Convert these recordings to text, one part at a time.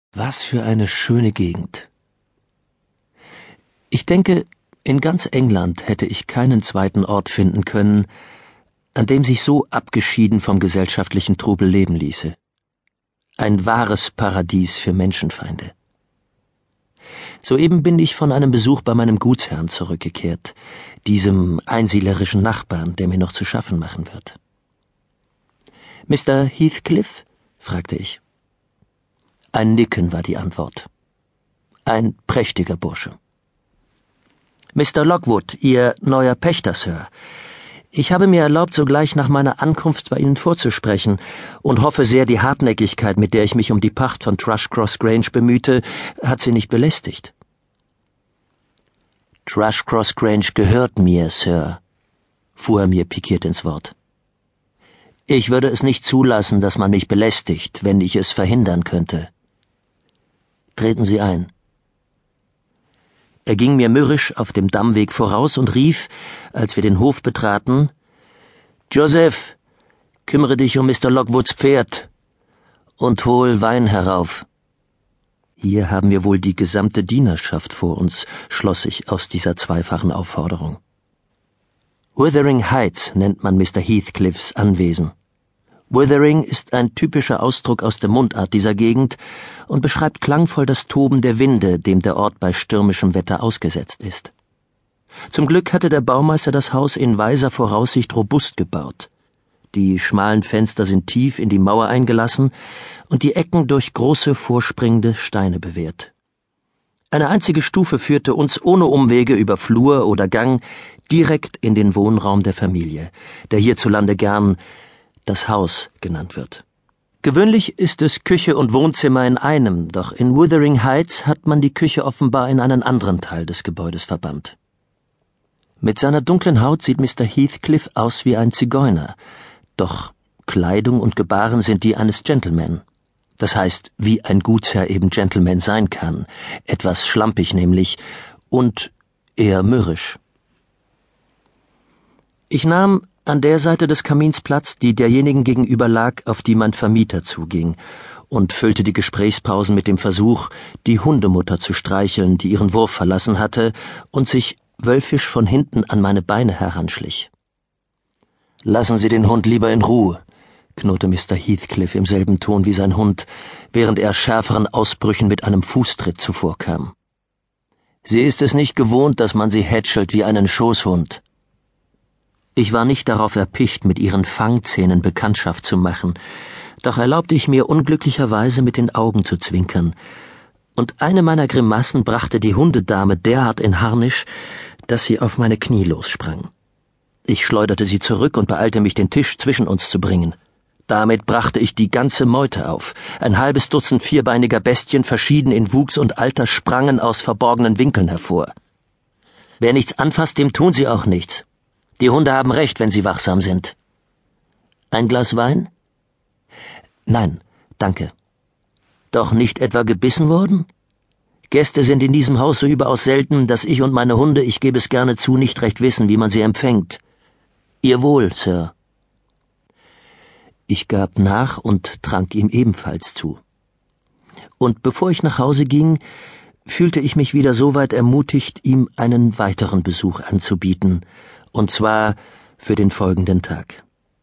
Was für eine schöne Gegend. Ich denke, in ganz England hätte ich keinen zweiten Ort finden können, an dem sich so abgeschieden vom gesellschaftlichen Trubel leben ließe. Ein wahres Paradies für Menschenfeinde. Soeben bin ich von einem Besuch bei meinem Gutsherrn zurückgekehrt, diesem einsiedlerischen Nachbarn, der mir noch zu schaffen machen wird. »Mr. Heathcliff?« fragte ich. Ein Nicken war die Antwort. Ein prächtiger Bursche. »Mr. Lockwood, Ihr neuer Pächter, Sir. Ich habe mir erlaubt, sogleich nach meiner Ankunft bei Ihnen vorzusprechen und hoffe sehr, die Hartnäckigkeit, mit der ich mich um die Pacht von Thrushcross Grange bemühte, hat Sie nicht belästigt.« »Thrushcross Grange gehört mir, Sir«, fuhr er mir pikiert ins Wort. »Ich würde es nicht zulassen, dass man mich belästigt, wenn ich es verhindern könnte. Treten Sie ein.« Er ging mir mürrisch auf dem Dammweg voraus und rief, als wir den Hof betraten, »Joseph, kümmere dich um Mr. Lockwoods Pferd und hol Wein herauf.« Hier haben wir wohl die gesamte Dienerschaft vor uns, schloss ich aus dieser zweifachen Aufforderung. Wuthering Heights nennt man Mr. Heathcliffs Anwesen. Wuthering ist ein typischer Ausdruck aus der Mundart dieser Gegend und beschreibt klangvoll das Toben der Winde, dem der Ort bei stürmischem Wetter ausgesetzt ist. Zum Glück hatte der Baumeister das Haus in weiser Voraussicht robust gebaut. Die schmalen Fenster sind tief in die Mauer eingelassen und die Ecken durch große vorspringende Steine bewehrt. Eine einzige Stufe führte uns ohne Umwege über Flur oder Gang direkt in den Wohnraum der Familie, der hierzulande gern das Haus genannt wird. Gewöhnlich ist es Küche und Wohnzimmer in einem, doch in Wuthering Heights hat man die Küche offenbar in einen anderen Teil des Gebäudes verbannt. Mit seiner dunklen Haut sieht Mr. Heathcliff aus wie ein Zigeuner, doch Kleidung und Gebaren sind die eines Gentleman. Das heißt, wie ein Gutsherr eben Gentleman sein kann, etwas schlampig nämlich und eher mürrisch. Ich nahm an der Seite des Kamins Platz, die derjenigen gegenüber lag, auf die mein Vermieter zuging, und füllte die Gesprächspausen mit dem Versuch, die Hundemutter zu streicheln, die ihren Wurf verlassen hatte und sich wölfisch von hinten an meine Beine heranschlich. »Lassen Sie den Hund lieber in Ruhe«, knurrte Mr. Heathcliff im selben Ton wie sein Hund, während er schärferen Ausbrüchen mit einem Fußtritt zuvorkam. »Sie ist es nicht gewohnt, dass man sie hätschelt wie einen Schoßhund.« Ich war nicht darauf erpicht, mit ihren Fangzähnen Bekanntschaft zu machen, doch erlaubte ich mir unglücklicherweise mit den Augen zu zwinkern, und eine meiner Grimassen brachte die Hundedame derart in Harnisch, dass sie auf meine Knie lossprang. Ich schleuderte sie zurück und beeilte mich, den Tisch zwischen uns zu bringen. Damit brachte ich die ganze Meute auf. Ein halbes Dutzend vierbeiniger Bestien, verschieden in Wuchs und Alter, sprangen aus verborgenen Winkeln hervor. Wer nichts anfasst, dem tun sie auch nichts. Die Hunde haben recht, wenn sie wachsam sind. Ein Glas Wein? Nein, danke. Doch nicht etwa gebissen worden? Gäste sind in diesem Haus so überaus selten, dass ich und meine Hunde, ich gebe es gerne zu, nicht recht wissen, wie man sie empfängt. Ihr Wohl, Sir. Ich gab nach und trank ihm ebenfalls zu. Und bevor ich nach Hause ging, fühlte ich mich wieder so weit ermutigt, ihm einen weiteren Besuch anzubieten, und zwar für den folgenden Tag.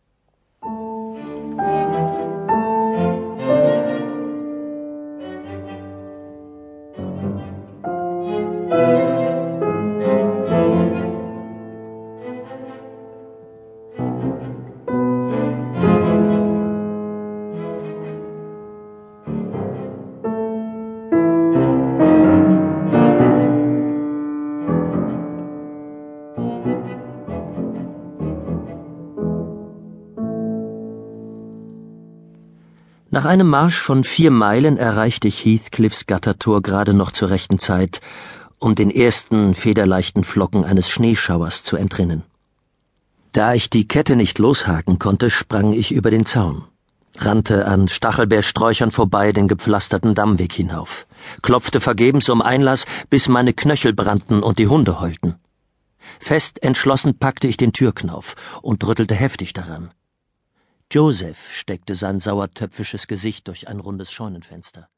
Nach einem Marsch von 4 Meilen erreichte ich Heathcliffs Gattertor gerade noch zur rechten Zeit, um den ersten federleichten Flocken eines Schneeschauers zu entrinnen. Da ich die Kette nicht loshaken konnte, sprang ich über den Zaun, rannte an Stachelbeersträuchern vorbei den gepflasterten Dammweg hinauf, klopfte vergebens um Einlass, bis meine Knöchel brannten und die Hunde heulten. Fest entschlossen packte ich den Türknauf und rüttelte heftig daran. Joseph steckte sein sauertöpfisches Gesicht durch ein rundes Scheunenfenster.